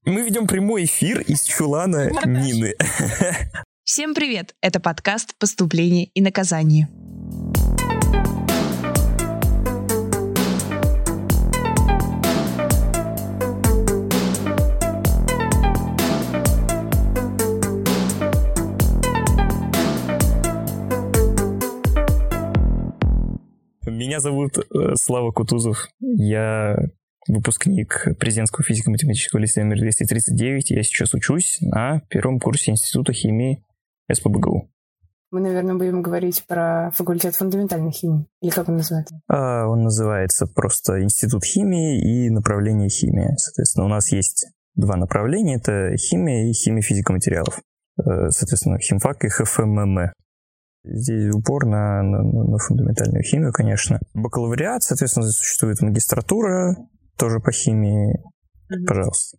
Мы ведем прямой эфир из чулана Нины. Всем привет! Это подкаст «Поступление и наказание». Меня зовут Слава Кутузов. Я выпускник президентского физико-математического лицея номер 239. Я сейчас учусь на первом курсе Института химии СПбГУ. Мы, наверное, будем говорить про факультет фундаментальной химии. Или как он называется? Он называется просто Институт химии и направление химия. Соответственно, у нас есть два направления. Это химия и химия физико-материалов. Соответственно, химфак и ХФММ. Здесь упор на фундаментальную химию, конечно. Бакалавриат, соответственно, существует магистратура, тоже по химии. Пожалуйста.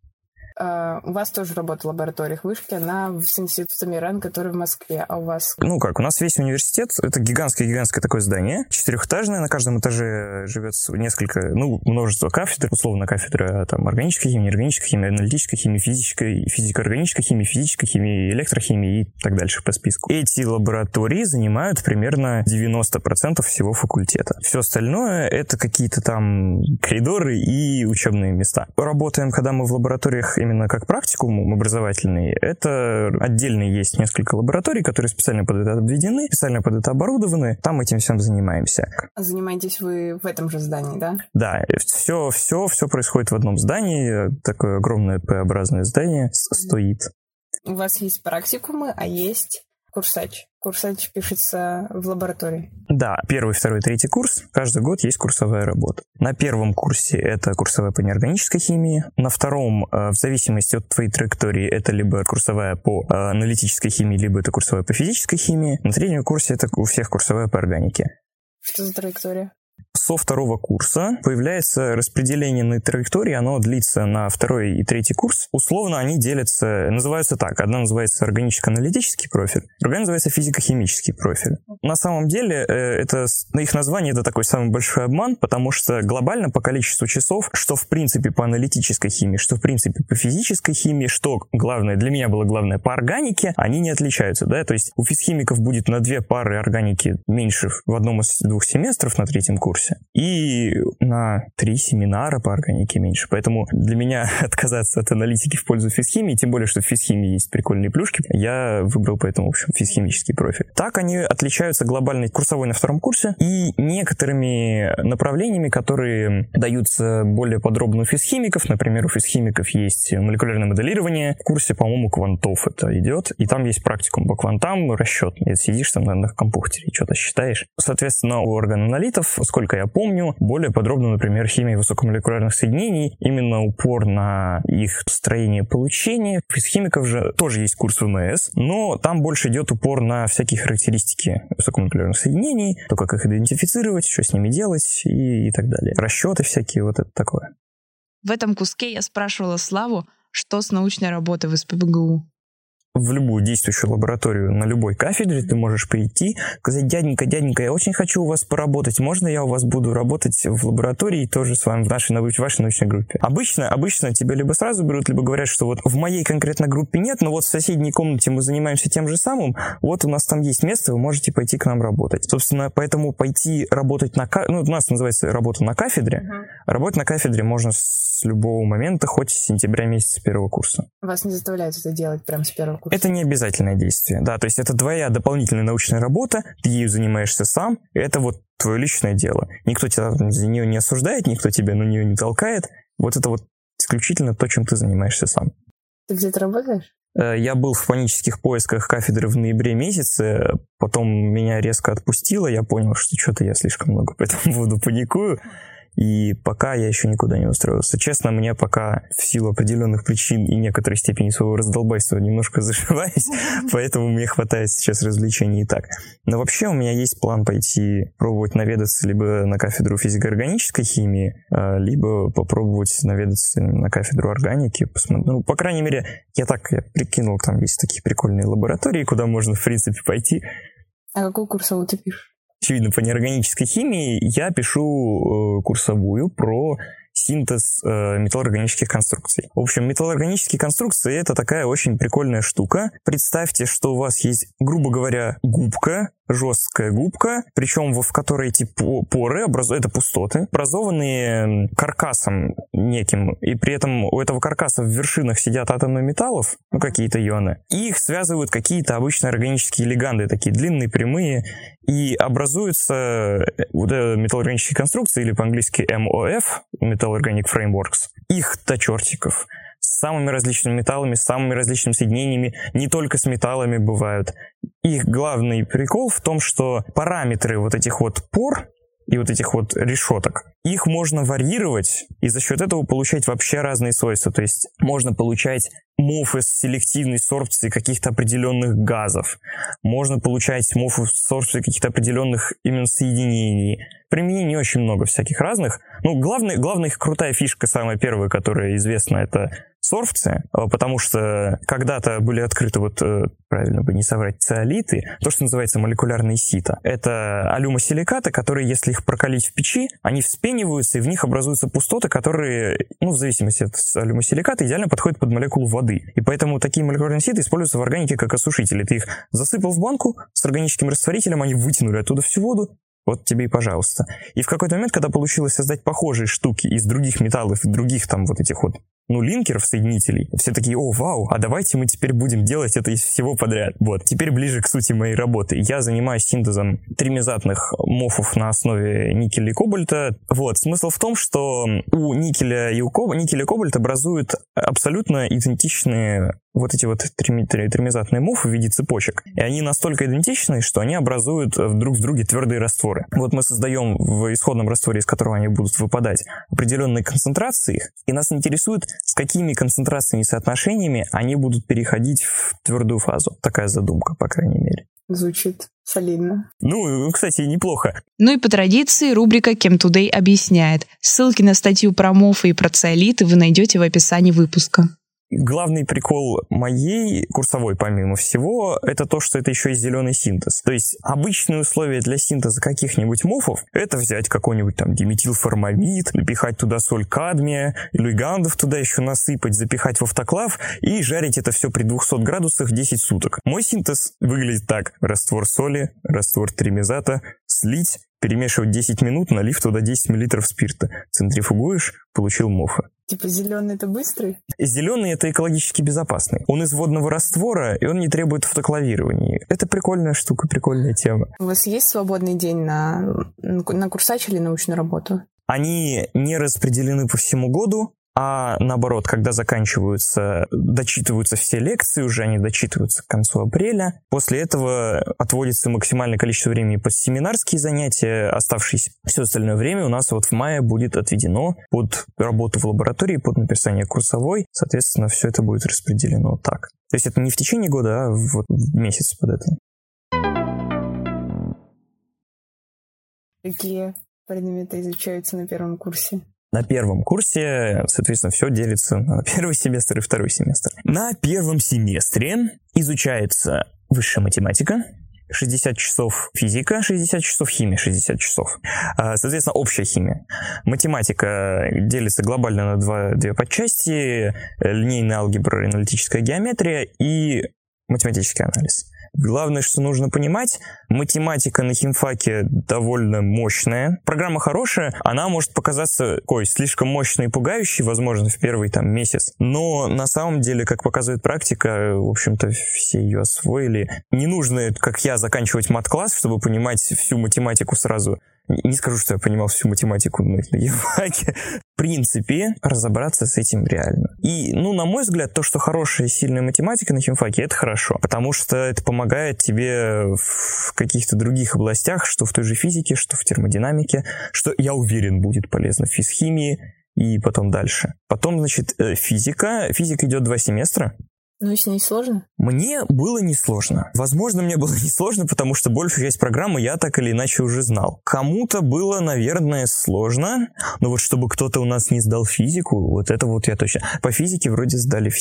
У вас тоже работа в лабораториях вышки, она с институтом ИРАН, который в Москве, а у вас... У нас весь университет, это гигантское такое здание, 4-этажное, на каждом этаже живет множество кафедр, условно кафедра органической химии, неорганической химии, аналитической химии, физико-органической химии, физической химии, электрохимии и так дальше по списку. Эти лаборатории занимают примерно 90% всего факультета. Все остальное это какие-то там коридоры и учебные места. Работаем, когда мы в лабораториях именно как практикум образовательный, это отдельно есть несколько лабораторий, которые специально под это обведены, специально под это оборудованы. Там этим всем занимаемся. Занимаетесь вы в этом же здании, да? Да, все происходит в одном здании. Такое огромное П-образное здание стоит. У вас есть практикумы, а есть курсач. Курсач пишется в лаборатории. Да, 1, 2, 3 курс. Каждый год есть курсовая работа. На первом курсе это курсовая по неорганической химии. На втором, в зависимости от твоей траектории, это либо курсовая по аналитической химии, либо это курсовая по физической химии. На третьем курсе это у всех курсовая по органике. Что за траектория? Со второго курса появляется распределение на траектории, оно длится на 2 и 3 курс. Условно они делятся, называются так. Одна называется органическо-аналитический профиль, другая называется физико-химический профиль. На самом деле, их название это такой самый большой обман, потому что глобально по количеству часов, что в принципе по аналитической химии, что в принципе по физической химии, что главное, для меня было главное по органике, они не отличаются, да, то есть у физхимиков будет на 2 пары органики меньше в одном из 2 семестров на 3 курсе, и на 3 семинара по органике меньше. Поэтому для меня отказаться от аналитики в пользу физхимии, тем более, что в физхимии есть прикольные плюшки, я выбрал поэтому, в общем, физхимический профиль. Так они отличаются глобально курсовой на 2 курсе и некоторыми направлениями, которые даются более подробно у физхимиков. Например, у физхимиков есть молекулярное моделирование. В курсе, по-моему, квантов это идет. И там есть практикум по квантам, расчет. И сидишь там на компьютере и что-то считаешь. Соответственно, у органаналитов, сколько я помню, более подробно, например, химия высокомолекулярных соединений, именно упор на их строение получения. У физхимиков же тоже есть курс ВМС, но там больше идет упор на всякие характеристики высокомолекулярных соединений, то, как их идентифицировать, что с ними делать и так далее. Расчеты всякие, вот это такое. В этом куске я спрашивала Славу, что с научной работой в СПбГУ. В любую действующую лабораторию на любой кафедре ты можешь прийти, сказать: дяденька, я очень хочу у вас поработать, можно я у вас буду работать в лаборатории тоже с вами в вашей научной группе? Обычно тебя либо сразу берут, либо говорят, что вот в моей конкретно группе нет, но вот в соседней комнате мы занимаемся тем же самым, вот у нас там есть место, вы можете пойти к нам работать. Собственно, поэтому пойти работать у нас называется работа на кафедре. Работать на кафедре можно с любого момента, хоть с сентября месяца 1 курса. Вас не заставляют это делать прямо с 1 курса? Это не обязательное действие, да, то есть это твоя дополнительная научная работа, ты ею занимаешься сам, это вот твое личное дело. Никто тебя за нее не осуждает, никто тебя на нее не толкает, вот это вот исключительно то, чем ты занимаешься сам. Ты где-то работаешь? Я был в панических поисках кафедры в ноябре месяце, потом меня резко отпустило, я понял, что что-то я слишком много по этому поводу паникую. И пока я еще никуда не устроился. Честно, мне пока в силу определенных причин и некоторой степени своего раздолбайства немножко зашиваюсь, поэтому мне хватает сейчас развлечений и так. Но вообще у меня есть план пойти пробовать наведаться либо на кафедру физико-органической химии, либо попробовать наведаться на кафедру органики. По крайней мере, я прикинул, там есть такие прикольные лаборатории, куда можно, в принципе, пойти. А какую курсовую ты пишешь? Очевидно, по неорганической химии я пишу курсовую про синтез металлоорганических конструкций. В общем, металлоорганические конструкции — это такая очень прикольная штука. Представьте, что у вас есть, грубо говоря, губка, жесткая губка, причем в которой эти поры, это пустоты, образованные каркасом неким, и при этом у этого каркаса в вершинах сидят атомы металлов, какие-то ионы, и их связывают какие-то обычные органические лиганды, такие длинные, прямые, и образуются вот эти металлоорганические конструкции, или по-английски MOF, Metal Organic Frameworks, их до чертиков, с самыми различными металлами, с самыми различными соединениями, не только с металлами бывают. Их главный прикол в том, что параметры вот этих вот пор и вот этих вот решеток, их можно варьировать и за счет этого получать вообще разные свойства. То есть можно получать мофы с селективной сорбцией каких-то определенных газов, можно получать мофы с сорбцией каких-то определенных именно соединений. Применений очень много всяких разных. Ну, главная их крутая фишка, самая первая, которая известна, это сорбция, потому что когда-то были открыты, правильно бы не соврать, циолиты, то, что называется молекулярные сита. Это алюмосиликаты, которые, если их прокалить в печи, они вспениваются, и в них образуются пустоты, которые, в зависимости от алюмосиликата, идеально подходят под молекулу воды. И поэтому такие молекулярные ситы используются в органике как осушители. Ты их засыпал в банку с органическим растворителем, они вытянули оттуда всю воду, вот тебе и пожалуйста. И в какой-то момент, когда получилось создать похожие штуки из других металлов и других там вот этих вот, линкеров, соединителей, все такие: о, вау, а давайте мы теперь будем делать это из всего подряд. Вот, теперь ближе к сути моей работы. Я занимаюсь синтезом тримезатных мофов на основе никеля и кобальта. Вот, смысл в том, что у никеля и кобальт образуют абсолютно идентичные вот эти вот тримезатные мофы в виде цепочек. И они настолько идентичны, что они образуют друг в друге твердые растворы. Вот мы создаем в исходном растворе, из которого они будут выпадать, определенные концентрации их, и нас интересует, с какими концентрациями и соотношениями они будут переходить в твердую фазу. Такая задумка, по крайней мере. Звучит солидно. Кстати, неплохо. Ну и по традиции рубрика Chem Today объясняет. Ссылки на статью про мофы и про циолиты вы найдете в описании выпуска. Главный прикол моей курсовой, помимо всего, это то, что это еще и зеленый синтез. То есть обычные условия для синтеза каких-нибудь мофов — это взять какой-нибудь там диметилформамид, напихать туда соль кадмия, лигандов туда еще насыпать, запихать в автоклав и жарить это все при 200 градусах 10 суток. Мой синтез выглядит так: раствор соли, раствор тримезата, слить, перемешивать 10 минут, налив туда 10 мл спирта. Центрифугуешь, получил мофы. Типа зеленый — это быстрый? Зеленый — это экологически безопасный. Он из водного раствора, и он не требует автоклавирования. Это прикольная штука, прикольная тема. У вас есть свободный день на курсач или научную работу? Они не распределены по всему году, а наоборот, когда дочитываются все лекции, уже они дочитываются к концу апреля. После этого отводится максимальное количество времени под семинарские занятия. Оставшееся все остальное время у нас в мае будет отведено под работу в лаборатории, под написание курсовой. Соответственно, все это будет распределено так. То есть это не в течение года, а в месяц под это. Какие предметы изучаются на первом курсе? На первом курсе, соответственно, все делится на первый семестр и второй семестр. На первом семестре изучается высшая математика, 60 часов физика, 60 часов химия, 60 часов. Соответственно, общая химия. Математика делится глобально на две подчасти: линейная алгебра, аналитическая геометрия и математический анализ. Главное, что нужно понимать, математика на химфаке довольно мощная. Программа хорошая, она может показаться слишком мощной и пугающей, возможно, в первый месяц. Но на самом деле, как показывает практика, в общем-то, все ее освоили. Не нужно, как я, заканчивать мат-класс, чтобы понимать всю математику сразу. Не скажу, что я понимал всю математику на химфаке. В принципе, разобраться с этим реально. И, на мой взгляд, то, что хорошая и сильная математика на химфаке, это хорошо. Потому что это помогает тебе в каких-то других областях, что в той же физике, что в термодинамике, что, я уверен, будет полезно в физхимии и потом дальше. Потом, физика. Физика идет 2 семестра. Ну, с ней сложно? Мне было несложно. Возможно, мне было несложно, потому что большую часть программы я так или иначе уже знал. Кому-то было, наверное, сложно, но чтобы кто-то у нас не сдал физику, это я точно. По физике вроде сдали все.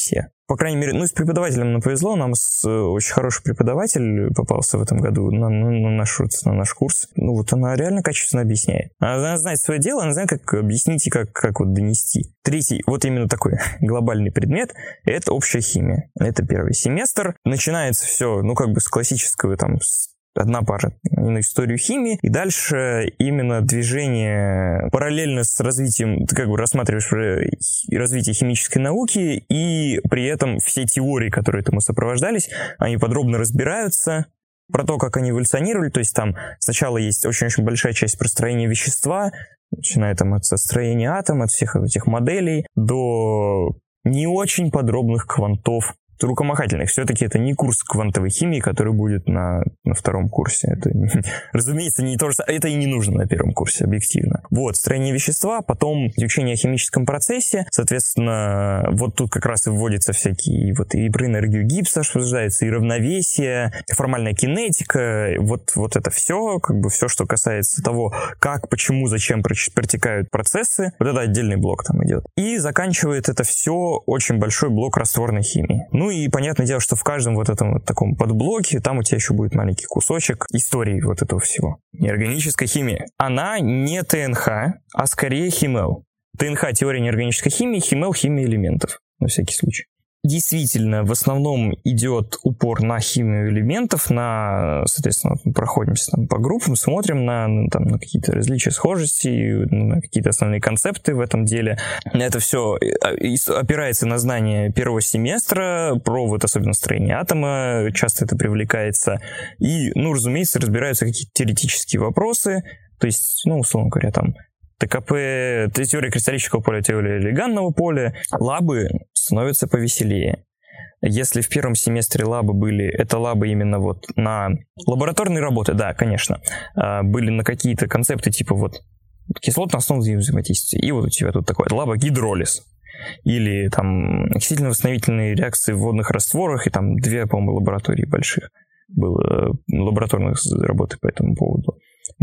По крайней мере, с преподавателем нам повезло, нам очень хороший преподаватель попался в этом году на наш курс. Она реально качественно объясняет. Она знает свое дело, она знает, как объяснить и как донести. Третий, именно такой глобальный предмет, это общая химия. Это первый семестр. Начинается все, с классического, одна пара на историю химии, и дальше именно движение параллельно с развитием, ты рассматриваешь развитие химической науки, и при этом все теории, которые этому сопровождались, они подробно разбираются про то, как они эволюционировали, то есть там сначала есть очень-очень большая часть про строение вещества, начиная от строения атома, от всех этих моделей, до не очень подробных квантов, рукомахательных. Все-таки это не курс квантовой химии, который будет на втором курсе. Это, разумеется, не то же самое. Это и не нужно на первом курсе, объективно. Строение вещества, потом изучение о химическом процессе. Соответственно, тут как раз и вводятся всякие и про энергию Гиббса обсуждается, и равновесие, формальная кинетика. Это все, все, что касается того, как, почему, зачем протекают процессы. Это отдельный блок там идет. И заканчивает это все очень большой блок растворной химии. И понятное дело, что в каждом этом таком подблоке там у тебя еще будет маленький кусочек истории этого всего. Неорганическая химия. Она не ТНХ, а скорее ХИМЭЛ. ТНХ — теория неорганической химии, ХИМЭЛ — химия элементов, на всякий случай. Действительно, в основном идет упор на химию элементов, соответственно, проходимся по группам, смотрим на какие-то различия, схожести, на какие-то основные концепты в этом деле. Это все опирается на знания первого семестра, про особенно строение атома, часто это привлекается. И, разумеется, разбираются какие-то теоретические вопросы, то есть, условно говоря, ТКП, теория кристаллического поля, теория леганного поля, лабы становятся повеселее. Если в первом семестре лабы были, это лабы именно на лабораторные работы, да, конечно, были на какие-то концепты типа кислотно-основные взаимодействия. И у тебя тут такое лаба гидролиз. Или окисительно-восстановительные реакции в водных растворах, и две, по-моему, лаборатории больших было лабораторных работы по этому поводу.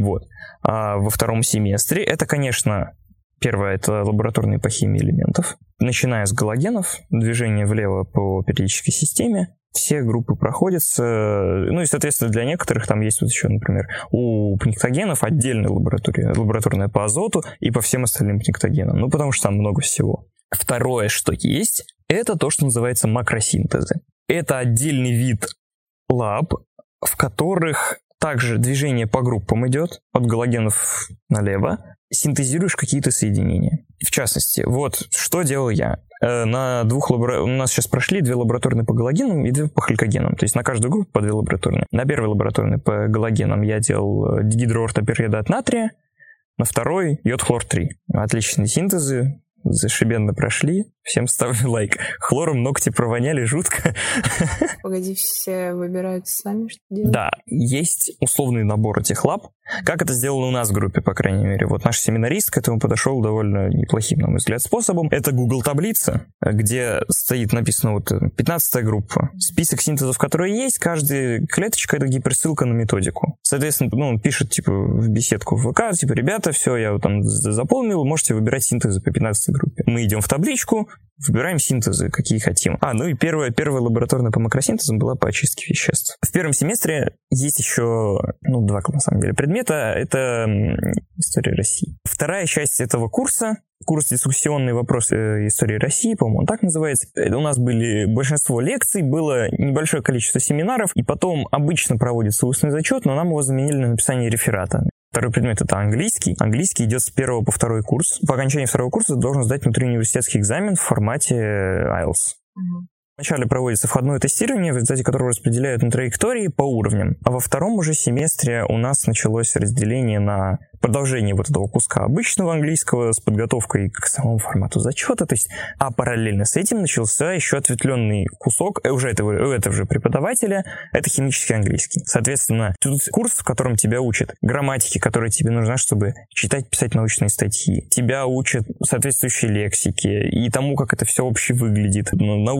А во втором семестре это, конечно, первое — это лабораторные по химии элементов. Начиная с галогенов, движение влево по периодической системе, все группы проходятся, и, соответственно, для некоторых там есть еще, например, у пниктогенов отдельная лабораторная по азоту и по всем остальным пниктогенам, потому что там много всего. Второе, что есть, это то, что называется макросинтезы. Это отдельный вид лаб, в которых также движение по группам идет, от галогенов налево, синтезируешь какие-то соединения. В частности, что делал я. У нас сейчас прошли 2 лабораторные по галогенам и 2 по халькогенам. То есть на каждую группу по 2 лабораторные. На первой лабораторной по галогенам я делал дигидроортопериода от натрия, на второй йод-хлор-3. Отличные синтезы, зашибенно прошли. Всем ставлю лайк. Хлором ногти провоняли жутко. Погоди, все выбирают сами, что делать? Да, есть условный набор этих лаб. Как это сделано у нас в группе, по крайней мере. Наш семинарист к этому подошел довольно неплохим, на мой взгляд, способом. Это Google-таблица, где стоит написано 15-я группа. Список синтезов, которые есть, каждая клеточка — это гиперссылка на методику. Соответственно, он пишет, в беседку в ВК, ребята, все, я заполнил, можете выбирать синтезы по 15-й группе. Мы идем в табличку, выбираем синтезы, какие хотим. И первая лабораторная по макросинтезам была по очистке веществ. В первом семестре есть еще, 2, на самом деле, предмета. Это история России. Вторая часть этого курс «Дискуссионные вопросы истории России», по-моему, он так называется. У нас были большинство лекций, было небольшое количество семинаров, и потом обычно проводится устный зачет, но нам его заменили на написание реферата. Второй предмет — это английский. Английский идет с 1 по 2 курс. По окончании 2 курса ты должен сдать внутриуниверситетский экзамен в формате IELTS. Вначале проводится входное тестирование, в результате которого распределяют на траектории по уровням. А во втором уже семестре у нас началось разделение на продолжение этого куска обычного английского с подготовкой к самому формату зачета. То есть, параллельно с этим начался еще ответвленный кусок уже этого же преподавателя. Это химический английский. Соответственно, тут курс, в котором тебя учат грамматике, которая тебе нужна, чтобы читать, писать научные статьи. Тебя учат соответствующей лексике и тому, как это все вообще выглядит. Научный английский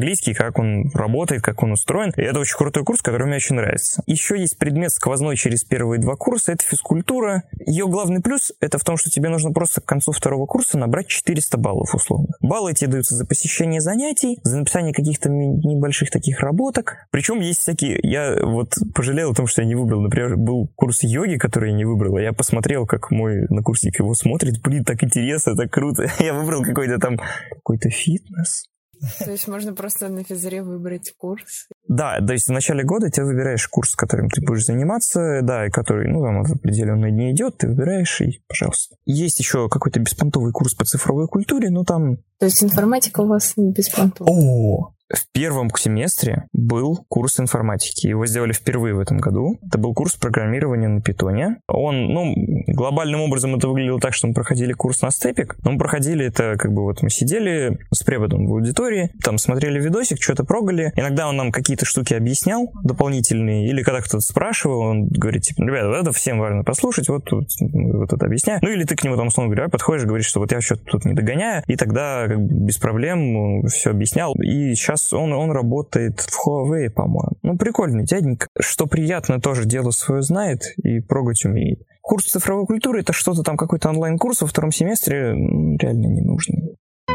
английский, как он работает, как он устроен. И это очень крутой курс, который мне очень нравится. Еще есть предмет сквозной через первые 2 курса, это физкультура. Ее главный плюс это в том, что тебе нужно просто к концу 2 курса набрать 400 баллов условно. Баллы тебе даются за посещение занятий, за написание каких-то небольших таких работок. Причем есть всякие... Я вот пожалел о том, что я не выбрал. Например, был курс йоги, который я не выбрал. Я посмотрел, как мой однокурсник его смотрит. Блин, так интересно, так круто. Я выбрал какой-то фитнес. То есть можно просто на физре выбрать курс? Да, то есть в начале года ты выбираешь курс, которым ты будешь заниматься, да, и который, там в определенные дни идет, ты выбираешь и, пожалуйста. Есть еще какой-то беспонтовый курс по цифровой культуре, но там... То есть информатика у вас не беспонтовая? В первом семестре был курс информатики. Его сделали впервые в этом году. Это был курс программирования на питоне. Он, глобальным образом это выглядело так, что мы проходили курс на степик. Но мы проходили это, мы сидели с преподом в аудитории, там смотрели видосик, что-то прогали. Иногда он нам какие-то штуки объяснял дополнительные, или когда кто-то спрашивал, он говорит, ребята, вот это всем важно послушать, вот это объясняю. Или ты к нему там, условно говоря, подходишь, говоришь, что вот я что-то тут не догоняю, и тогда без проблем все объяснял. И сейчас он работает в Huawei, по-моему. Прикольный дяденька. Что приятно, тоже дело свое знает и прогать умеет. Курс цифровой культуры — это что-то там, какой-то онлайн-курс во 2 семестре реально не нужен.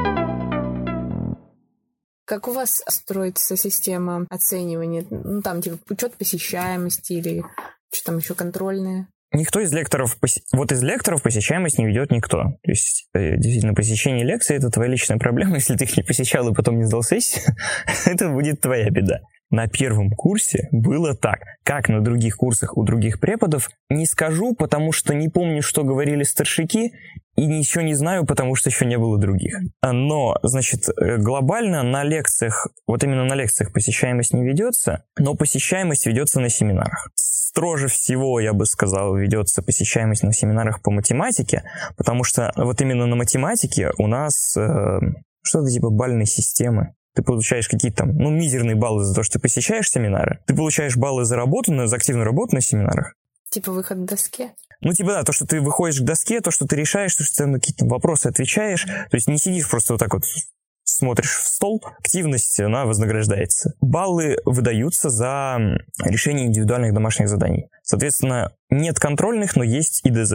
Как у вас строится система оценивания? Учет посещаемости или что там еще контрольные? Никто из лекторов... из лекторов посещаемость не ведет никто. То есть, действительно, посещение лекций — это твоя личная проблема. Если ты их не посещал и потом не сдал сессию, это будет твоя беда. На первом курсе было так. Как на других курсах у других преподов, не скажу, потому что не помню, что говорили старшики, и ничего не знаю, потому что еще не было других. Но, глобально на лекциях, именно на лекциях посещаемость не ведется, но посещаемость ведется на семинарах. Строже всего, я бы сказал, ведется посещаемость на семинарах по математике, потому что именно на математике у нас что-то типа бальной системы. Ты получаешь какие-то мизерные баллы за то, что ты посещаешь семинары. Ты получаешь баллы за активную работу на семинарах. Типа выход к доске? То, что ты выходишь к доске, то, что ты решаешь, то, что ты на какие-то вопросы отвечаешь. То есть не сидишь просто вот так вот, смотришь в стол. Активность, она вознаграждается. Баллы выдаются за решение индивидуальных домашних заданий. Соответственно, нет контрольных, но есть ИДЗ.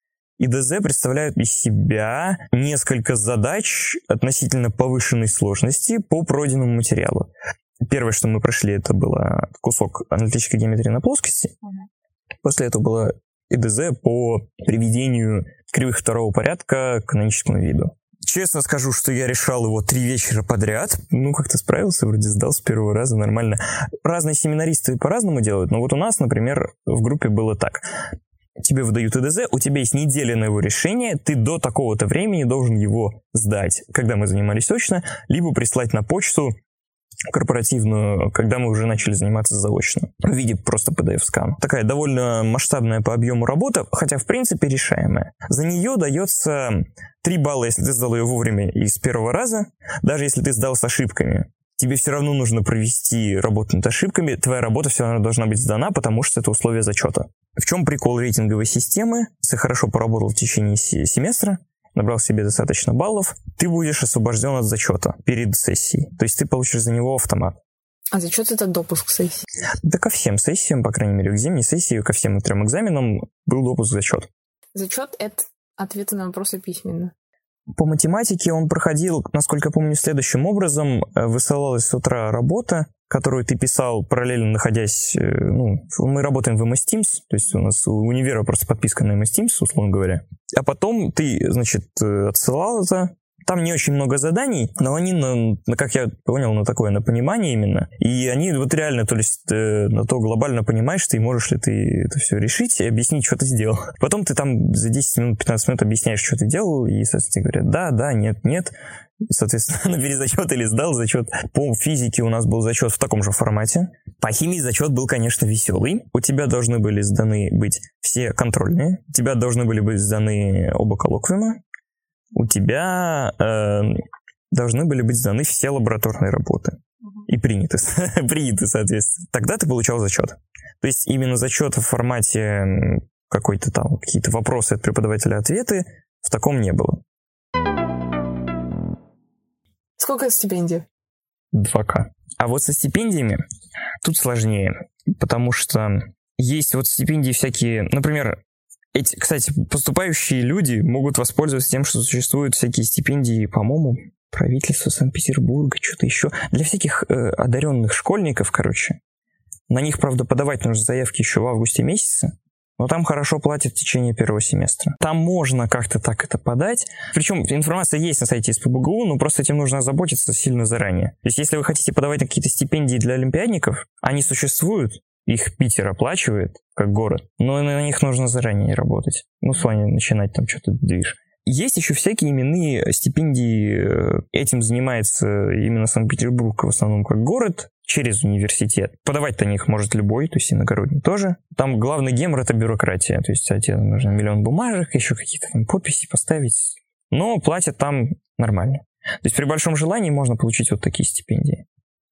ИДЗ представляют из себя несколько задач относительно повышенной сложности по пройденному материалу. Первое, что мы прошли, это было кусок аналитической геометрии на плоскости. После этого было ИДЗ по приведению кривых 2-го порядка к каноническому виду. Честно скажу, что я решал его 3 вечера подряд. Как-то справился, вроде сдал с первого раза нормально. Разные семинаристы по-разному делают, но у нас, например, в группе было так. Тебе выдают ИДЗ, у тебя есть неделя на его решение, ты до такого-то времени должен его сдать, когда мы занимались очно, либо прислать на почту корпоративную, когда мы уже начали заниматься заочно, в виде просто PDF-скана. Такая довольно масштабная по объему работа, хотя в принципе решаемая. За нее дается 3 балла, если ты сдал ее вовремя и с первого раза, даже если ты сдал с ошибками. Тебе все равно нужно провести работу над ошибками, твоя работа все равно должна быть сдана, потому что это условие зачета. В чем прикол рейтинговой системы? Если хорошо поработал в течение семестра, набрал себе достаточно баллов, ты будешь освобожден от зачета перед сессией. То есть ты получишь за него автомат. А зачет — это допуск сессии? Да ко всем сессиям, по крайней мере, к зимней сессии, ко всем 3 экзаменам был допуск зачет. Зачет — это ответы на вопросы письменно. По математике он проходил, насколько я помню, следующим образом. Высылалась с утра работа, которую ты писал, параллельно находясь... мы работаем в MS Teams, то есть у нас у универа просто подписка на MS Teams, условно говоря. А потом ты, отсылал это. Там не очень много заданий, но они, как я понял, на такое, на понимание именно. И они реально, то есть на то глобально понимаешь, ты можешь ли ты это все решить и объяснить, что ты сделал. Потом ты там за 10 минут, 15 минут объясняешь, что ты делал, и, соответственно, говорят, да, нет. И, соответственно, набери зачет или сдал зачет. По физике у нас был зачет в таком же формате. По химии зачет был, конечно, веселый. У тебя должны были сданы быть все контрольные. У тебя должны были быть сданы оба коллоквиума. У тебя должны были быть сданы все лабораторные работы. И приняты, соответственно. Тогда ты получал зачет. То есть именно зачет в формате какой-то там, какие-то вопросы от преподавателя, ответы, в таком не было. Сколько стипендий? 2К. А вот со стипендиями тут сложнее, потому что есть вот стипендии всякие, например, кстати, поступающие люди могут воспользоваться тем, что существуют всякие стипендии, по-моему, правительства Санкт-Петербурга, что-то еще, для всяких одаренных школьников, короче. На них, правда, подавать нужно заявки еще в августе месяце, но там хорошо платят в течение первого семестра. Там можно как-то так это подать. Причем информация есть на сайте СПбГУ, но просто этим нужно озаботиться сильно заранее. То есть если вы хотите подавать на какие-то стипендии для олимпиадников, они существуют, их Питер оплачивает, как город, но на них нужно заранее работать. Ну, с вами начинать там что-то движ. Есть еще всякие именные стипендии, этим занимается именно Санкт-Петербург в основном как город, через университет. Подавать-то на них может любой, то есть иногородний тоже. Там главный гемор — это бюрократия, то есть тебе нужно миллион бумажек, еще какие-то там подписи поставить, но платят там нормально. То есть при большом желании можно получить вот такие стипендии.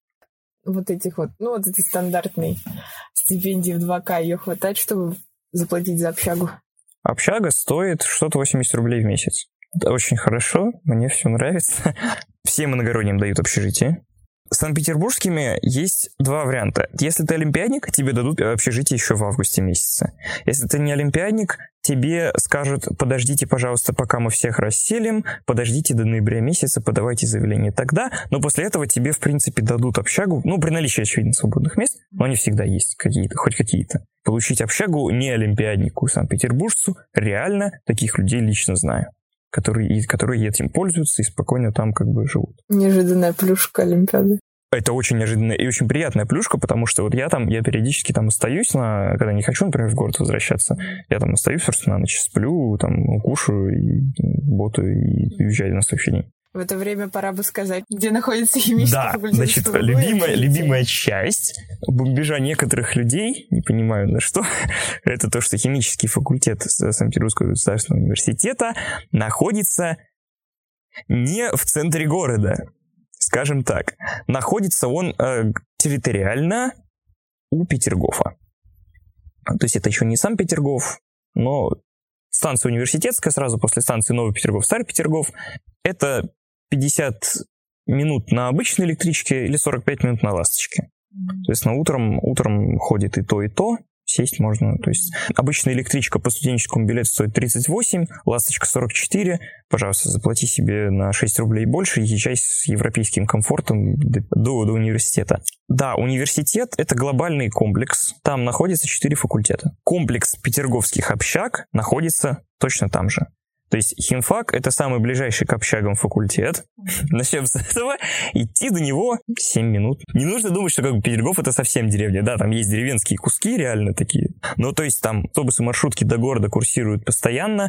Вот этих вот, ну вот этой стандартной стипендии в 2К, ее хватает, чтобы заплатить за общагу? Общага стоит что-то 80 рублей в месяц. Это очень хорошо, мне все нравится. Всем иногородним дают общежитие. С санкт-петербургскими есть два варианта. Если ты олимпиадник, тебе дадут общежитие еще в августе месяце. Если ты не олимпиадник, тебе скажут: подождите, пожалуйста, пока мы всех расселим, подождите до ноября месяца, подавайте заявление тогда. Но после этого тебе, в принципе, дадут общагу, ну, при наличии, очевидно, свободных мест, но они всегда есть какие-то, хоть какие-то. Получить общагу не олимпиаднику, санкт-петербуржцу, реально таких людей лично знаю, которые этим пользуются и спокойно там как бы живут. Неожиданная плюшка Олимпиады. Это очень неожиданная и очень приятная плюшка, потому что вот я периодически там остаюсь, когда не хочу, например, в город возвращаться, я там остаюсь просто на ночь, сплю, там кушаю, и ботаю и уезжаю на следующий день. В это время пора бы сказать, где находится химический факультет. Да, значит, любимая часть бомбежа некоторых людей, не понимаю на что, это то, что химический факультет Санкт-Петербургского государственного университета находится не в центре города, скажем так. Находится он территориально у Петергофа. То есть это еще не сам Петергоф, но станция университетская, сразу после станции Новый Петергоф, Старый Петергоф. Это 50 минут на обычной электричке или 45 минут на ласточке. То есть утром ходит и то, сесть можно. То есть обычная электричка по студенческому билету стоит 38, ласточка 44. Пожалуйста, заплати себе на 6 рублей больше и езжай с европейским комфортом до университета. Да, университет — это глобальный комплекс. Там находится 4 факультета. Комплекс петерговских общаг находится точно там же. То есть химфак — это самый ближайший к общагам факультет. Начнем с этого. Идти до него 7 минут. Не нужно думать, что как бы Петергоф — это совсем деревня. Да, там есть деревенские куски реально такие. Но то есть там автобусы, маршрутки до города курсируют постоянно.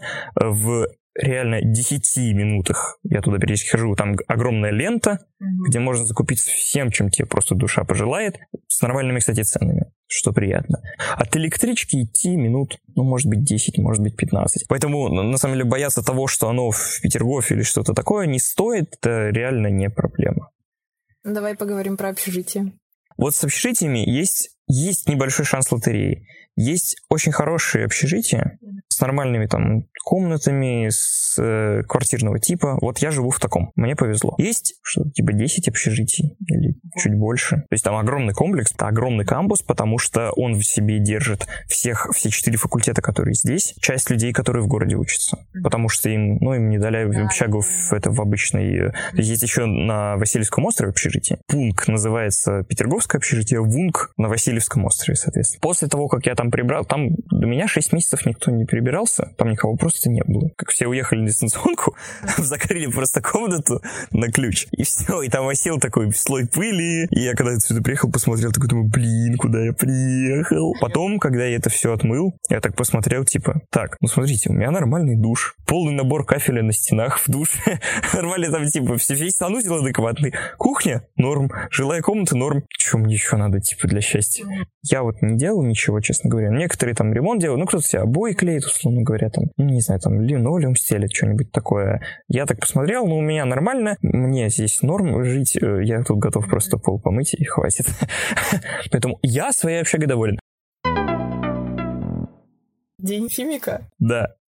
В реально 10 минутах я туда периодически хожу. Там огромная лента, где можно закупиться всем, чем тебе просто душа пожелает. С нормальными, кстати, ценами, что приятно. От электрички идти минут, может быть, 10, может быть, 15. Поэтому, на самом деле, бояться того, что оно в Петергофе или что-то такое не стоит, это реально не проблема. Давай поговорим про общежитие. Вот с общежитиями есть небольшой шанс лотереи. Есть очень хорошие общежития с нормальными там комнатами, с квартирного типа. Вот я живу в таком. Мне повезло. Есть что-то типа 10 общежитий или чуть больше. То есть там огромный комплекс, это огромный кампус, потому что он в себе держит все 4 факультета, которые здесь. Часть людей, которые в городе учатся. Потому что им не дали общагу в обычной... Есть еще на Васильевском острове общежитие. Пункт называется Петерговское общежитие, ВУНК на Васильевском острове, соответственно. После того, как я там прибрал, там до меня 6 месяцев никто не прибирался, там никого просто не было. Как все уехали на дистанционку, закрыли просто комнату на ключ, и все, и там осел такой слой пыли, и я когда сюда приехал, посмотрел, такой думаю, куда я приехал? Потом, когда я это все отмыл, я так посмотрел, смотрите, у меня нормальный душ, полный набор кафеля на стенах в душе, нормально там, весь санузел адекватный, кухня, норм, жилая комната, норм. Что мне еще надо, для счастья? Я вот не делал ничего, честно говоря. Некоторые там ремонт делают, кто-то себе обои клеит, условно говоря, там, не знаю, там, линолеум стелит, что-нибудь такое. Я так посмотрел, у меня нормально, мне здесь норм жить, я тут готов просто пол помыть, и хватит. Поэтому я своей общагой доволен. День химика? Да.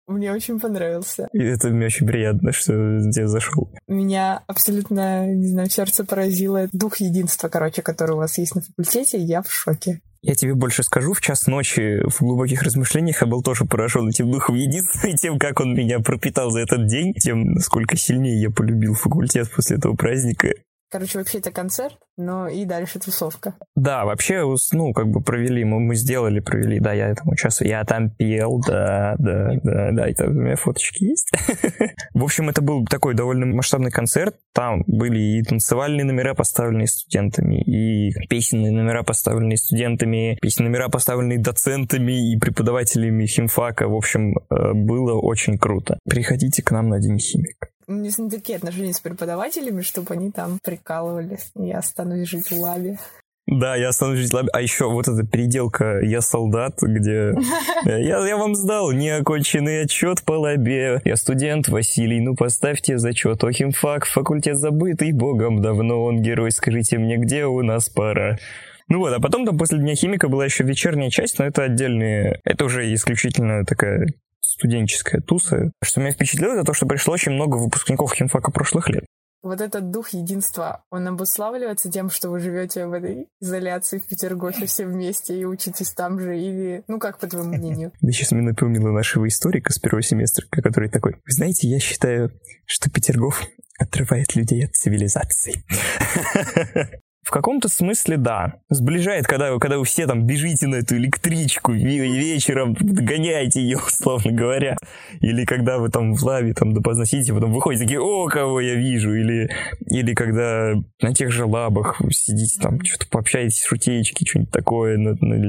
Мне очень понравился. И это мне очень приятно, что тебе зашел. Меня абсолютно, не знаю, сердце поразило. Дух единства, который у вас есть на факультете, я в шоке. Я тебе больше скажу, в час ночи в глубоких размышлениях я был тоже поражен этим духом единства и тем, как он меня пропитал за этот день, тем, насколько сильнее я полюбил факультет после этого праздника. Вообще это концерт, но и дальше тусовка. Да, вообще, провели, провели, да, я там участвовал, я там пел, да, это у меня фоточки есть. В общем, это был такой довольно масштабный концерт, там были и танцевальные номера, поставленные студентами, и песенные номера, поставленные студентами, песенные номера, поставленные доцентами и преподавателями химфака, в общем, было очень круто. Приходите к нам на День химика. У меня не такие отношения с преподавателями, чтобы они там прикалывались. Я останусь жить в лабе. Да, я останусь жить в лабе. А еще вот эта переделка «Я солдат», где я вам сдал неоконченный отчет по лабе. Я студент Василий, поставьте зачет. О, химфак, факультет забытый богом давно. Он герой, скажите мне, где у нас пора? А потом там после Дня химика была еще вечерняя часть, но это отдельные... Это уже исключительно такая... студенческая туса. Что меня впечатлило, это то, что пришло очень много выпускников химфака прошлых лет. Вот этот дух единства, он обуславливается тем, что вы живете в этой изоляции в Петергофе все вместе и учитесь там же, или... как по твоему мнению? Ты сейчас мне напомнила нашего историка с первого семестра, который такой: вы знаете, я считаю, что Петергоф отрывает людей от цивилизации. В каком-то смысле, да. Сближает, когда вы все там бежите на эту электричку вечером, гоняете ее, условно говоря. Или когда вы там в лабе допоздна сидите, потом выходите такие: о, кого я вижу. Или когда на тех же лабах вы сидите там, что-то пообщаетесь, шутеечки, что-нибудь такое,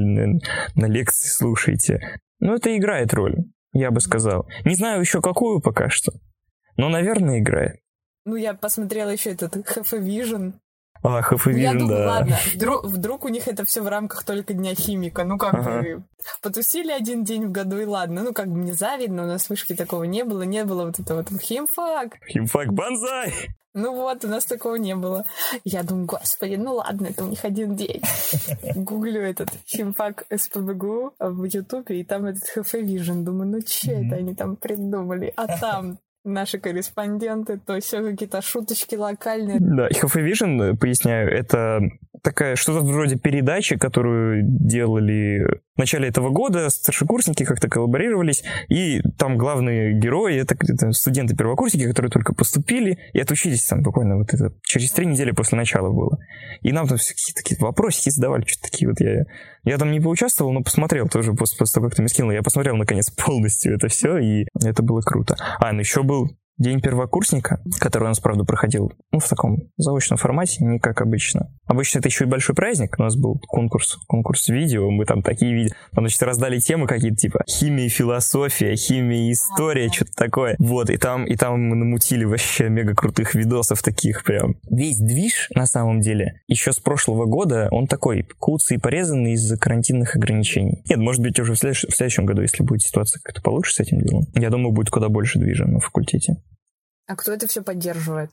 на лекции слушаете. Это играет роль, я бы сказал. Не знаю еще какую пока что, но, наверное, играет. Я посмотрела еще этот Half a Vision. Half a Vision, я думаю, да. Ладно, вдруг у них это все в рамках только Дня химика. Бы потусили один день в году, и ладно. Мне завидно, у нас в вышке такого не было. Не было вот этого химфак. Химфак банзай! У нас такого не было. Я думаю, господи, ладно, это у них один день. Гуглю этот химфак СПбГУ в Ютубе, и там этот Half a Vision. Думаю, что это они там придумали? А там... наши корреспонденты, то все какие-то шуточки локальные. Да, Half a Vision, поясняю, это такая что-то вроде передачи, которую делали в начале этого года, старшекурсники как-то коллаборировались, и там главные герои — это студенты-первокурсники, которые только поступили и отучились там буквально через 3 недели после начала было. И нам там всякие такие вопросики задавали, что-то такие я там не поучаствовал, но посмотрел тоже после того, как ты мне скинул, я посмотрел наконец полностью это все, и это было круто. Еще был День первокурсника, который у нас, правда, проходил в таком заочном формате, не как обычно. Обычно это еще и большой праздник. У нас был конкурс видео, мы там такие видео... Там, раздали темы какие-то, типа химия и философия, химия и история, что-то такое. И там мы намутили вообще мега крутых видосов таких прям. Весь движ, на самом деле, еще с прошлого года, он такой куцый и порезанный из-за карантинных ограничений. Нет, может быть, уже в следующем году, если будет ситуация как-то получше с этим делом, я думаю, будет куда больше движа на факультете. А кто это все поддерживает?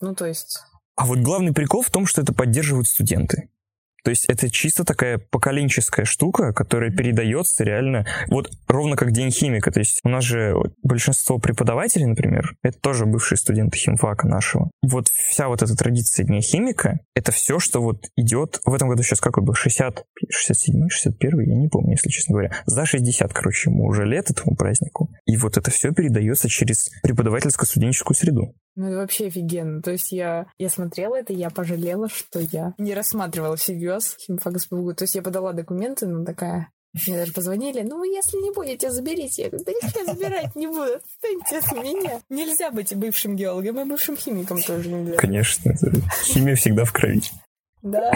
А главный прикол в том, что это поддерживают студенты. То есть это чисто такая поколенческая штука, которая передается реально, ровно как День химика. То есть у нас же большинство преподавателей, например, это тоже бывшие студенты химфака нашего. Вся эта традиция Дня химика, это все, что идет... В этом году сейчас какой был? 67-й, 61-й? Я не помню, если честно говоря. За 60, ему уже лет этому празднику. И это все передается через преподавательско-студенческую среду. Это вообще офигенно. То есть я смотрела это, я пожалела, что я не рассматривала всерьез химфак СПбГУ. То есть я подала документы, такая... Мне даже позвонили, если не будете, заберите. Я говорю, да ничего забирать не буду, отстаньте от меня. Нельзя быть бывшим геологом, и бывшим химиком тоже нельзя. Конечно, химия всегда в крови. Да.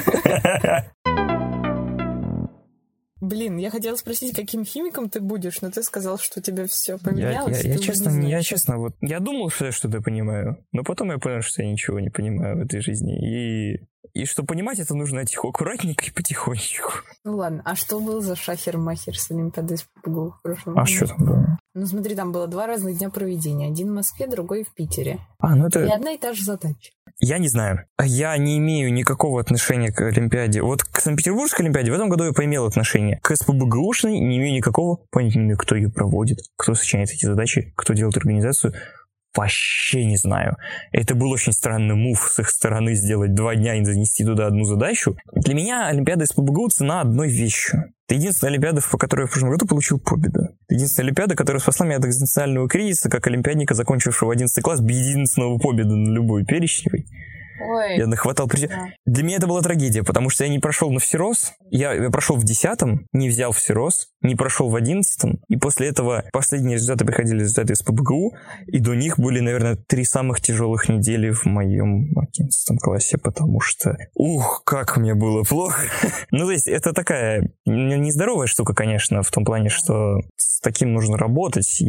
Блин, я хотела спросить, каким химиком ты будешь, но ты сказал, что у тебя все поменялось. Я честно, я думал, что я что-то понимаю, но потом я понял, что я ничего не понимаю в этой жизни. И что понимать это нужно аккуратненько и потихонечку. Ладно, а что был за шахер-махер с Олимпиадой СПбГУ в прошлом году? А что там было? Смотри, там было 2 разных дня проведения. Один в Москве, другой в Питере. Это... И одна и та же задача. Я не знаю. Я не имею никакого отношения к Олимпиаде. Вот к Санкт-Петербургской Олимпиаде в этом году я поимел отношение. К СПбГУшной не имею никакого. Понятия не имею, кто ее проводит, кто сочиняет эти задачи, кто делает организацию. Вообще не знаю. Это был очень странный мув с их стороны сделать 2 дня и занести туда одну задачу. Для меня Олимпиада СПбГУ цена одной вещи. Это единственная Олимпиада, по которой я в прошлом году получил победу. Это единственная Олимпиада, которая спасла меня от экзистенциального кризиса, как олимпиадника, закончившего 11 класс, без единственного победы на любой перечневой. Ой. Я нахватал... Да. Для меня это была трагедия, потому что я не прошел на всерос. Я прошел в 10-м, не взял всерос, не прошел в 11-м. И после этого последние результаты приходили результаты из ПбГУ. И до них были, наверное, 3 самых тяжелых недели в моем 11 классе, потому что... как мне было плохо. Ну, то есть, это такая нездоровая штука, конечно, в том плане, что с таким нужно работать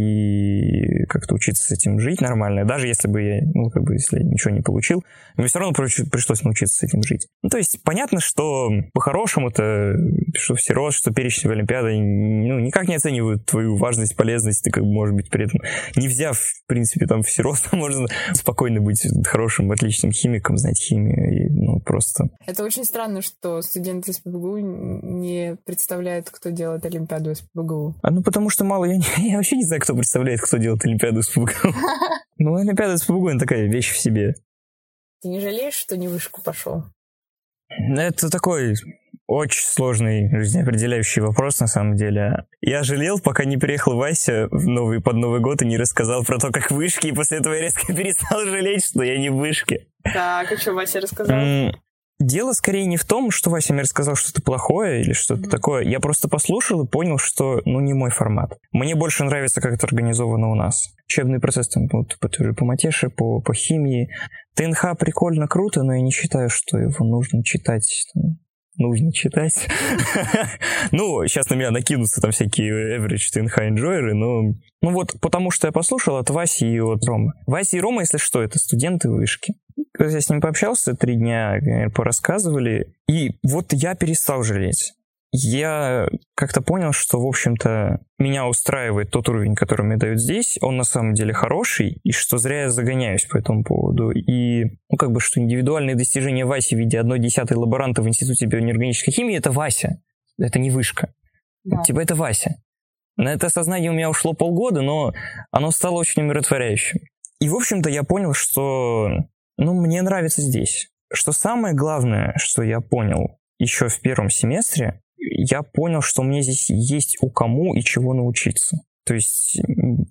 и как-то учиться с этим жить нормально. Даже если бы я, если я ничего не получил, мне все равно пришлось научиться с этим жить. Ну, то есть, понятно, что по-хорошему-то, что всерос, что перечень Олимпиады, никак не оценивают твою важность, полезность. Ты, может быть, при этом, не взяв, в принципе, там, всерос, можно спокойно быть хорошим, отличным химиком, знать химию, и, просто... Это очень странно, что студенты СПбГУ не представляют, кто делает Олимпиаду СПбГУ. Потому что мало... Я вообще не знаю, кто представляет, кто делает Олимпиаду СПбГУ. Олимпиада СПбГУ, она такая вещь в себе. Ты не жалеешь, что не в вышку пошел? Это такой очень сложный жизнеопределяющий вопрос, на самом деле. Я жалел, пока не приехал Вася под Новый год и не рассказал про то, как в вышке, и после этого я резко перестал жалеть, что я не в вышке. Так, и что Вася рассказал? Дело скорее не в том, что Вася мне рассказал что-то плохое или что-то такое. Я просто послушал и понял, что, не мой формат. Мне больше нравится, как это организовано у нас. Учебный процесс там по матеше, по химии. ТНХ прикольно, круто, но я не считаю, что его нужно читать. Нужно читать. Сейчас на меня накинутся там всякие average ТНХ enjoyеры, но... потому что я послушал от Васи и от Ромы. Вася и Рома, если что, это студенты вышки. Когда я с ним пообщался 3 дня, порассказывали, и я перестал жалеть. Я как-то понял, что, в общем-то, меня устраивает тот уровень, который мне дают здесь, он на самом деле хороший, и что зря я загоняюсь по этому поводу. И, что индивидуальные достижения Васи в виде 1/10 лаборанта в Институте бионеорганической химии — это Вася, это не вышка. Да. Это Вася. На это осознание у меня ушло полгода, но оно стало очень умиротворяющим. И, в общем-то, я понял, что, мне нравится здесь. Что самое главное, что я понял еще в 1 семестре, я понял, что мне здесь есть у кому и чего научиться. То есть,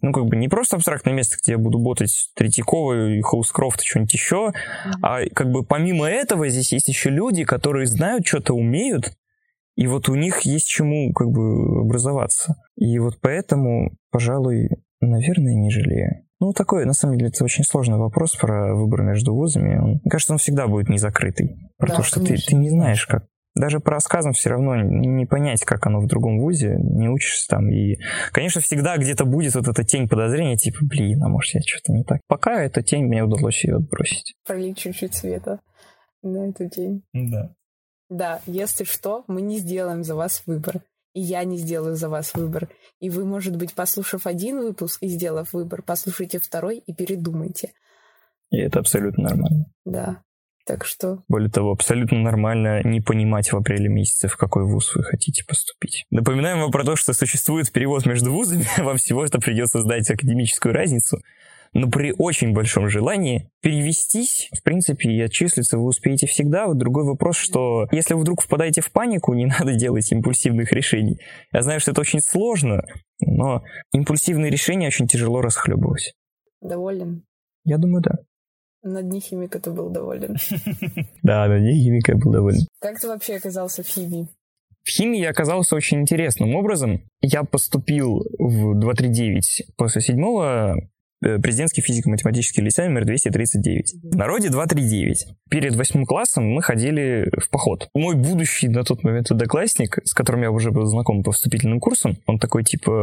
не просто абстрактное место, где я буду ботать Третьякова и Хоускрофт и что-нибудь еще, а помимо этого здесь есть еще люди, которые знают, что-то умеют, и у них есть чему образоваться. И поэтому, пожалуй, наверное, не жалею. Такой, на самом деле, это очень сложный вопрос про выбор между вузами. Мне кажется, он всегда будет незакрытый. Потому что ты не знаешь, как. Даже по рассказам все равно не понять, как оно в другом вузе, не учишься там. И, конечно, всегда где-то будет эта тень подозрения, а может, я что-то не так. Пока эта тень, мне удалось ее отбросить. Пролить чуть-чуть света на эту тень. Да. Да, если что, мы не сделаем за вас выбор. И я не сделаю за вас выбор. И вы, может быть, послушав 1 выпуск и сделав выбор, послушайте 2 и передумайте. И это абсолютно нормально. Да. Так что... Более того, абсолютно нормально не понимать в апреле месяце, в какой вуз вы хотите поступить. Напоминаем вам про то, что существует перевод между вузами. Вам всего это придется сдать академическую разницу. Но при очень большом желании перевестись, в принципе, и отчислиться вы успеете всегда. Другой вопрос, что если вы вдруг впадаете в панику, не надо делать импульсивных решений. Я знаю, что это очень сложно, но импульсивные решения очень тяжело расхлебывать. Доволен? Я думаю, да. На дне химика ты был доволен. Да, на дне химика я был доволен. Как ты вообще оказался в химии? В химии я оказался очень интересным образом. Я поступил в 239 после 7-го, президентский физико-математический лицей номер 239. В народе 239. Перед 8 классом мы ходили в поход. Мой будущий на тот момент одноклассник, с которым я уже был знаком по вступительным курсам, он такой,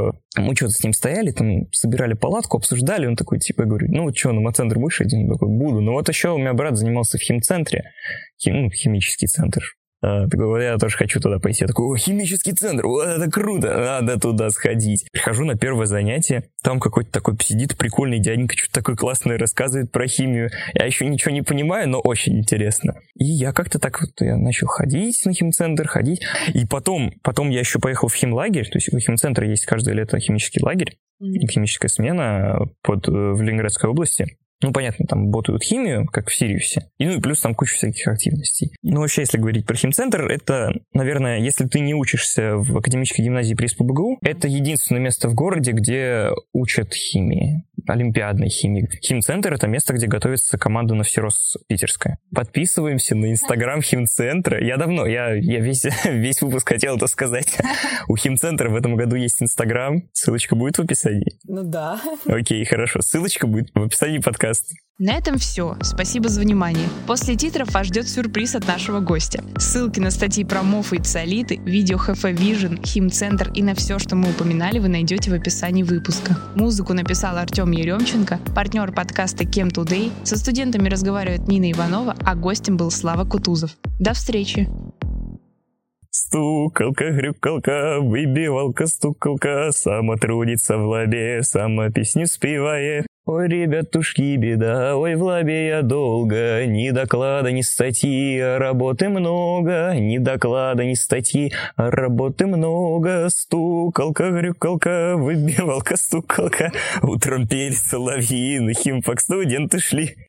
мы что-то с ним стояли, там, собирали палатку, обсуждали, он такой, я говорю, на матцентр будешь один? Он такой, буду. Еще у меня брат занимался в химцентре, химический центр. Такой, я тоже хочу туда пойти. Я такой, химический центр, вот это круто, надо туда сходить. Прихожу на первое занятие, там какой-то такой сидит прикольный дяденька, что-то такое классное рассказывает про химию. Я еще ничего не понимаю, но очень интересно. И я как-то так вот, я начал ходить на химцентр, ходить. И потом я еще поехал в химлагерь, то есть у химцентра есть каждое лето химический лагерь, химическая смена в Ленинградской области. Ну, понятно, там ботают химию, как в Сириусе. И плюс там куча всяких активностей. Ну, вообще, если говорить про химцентр, это, наверное, если ты не учишься в академической гимназии при СПбГУ, это единственное место в городе, где учат химии, олимпиадной химии. Химцентр — это место, где готовится команда на всерос питерская. Подписываемся на Инстаграм химцентра. Я весь выпуск хотел это сказать. У химцентра в этом году есть Инстаграм. Ссылочка будет в описании? Ну да. Окей, хорошо. Ссылочка будет в описании подкаста. На этом все. Спасибо за внимание. После титров вас ждет сюрприз от нашего гостя. Ссылки на статьи про МОФы и циолиты, видео ХФ Vision, Химцентр и на все, что мы упоминали, вы найдете в описании выпуска. Музыку написал Артем Еремченко, партнер подкаста Chem Today. Со студентами разговаривает Нина Иванова, а гостем был Слава Кутузов. До встречи! Стукалка, грюкалка, выбивалка, стукалка, сама трудится в лабе, сама песню спевает. Ой, ребятушки, беда, ой, в лабе я долго, ни доклада, ни статьи, а работы много, ни доклада, ни статьи, а работы много. Стукалка, грюкалка, выбивалка, стукалка, утром пели соловьи, на химфак студенты шли.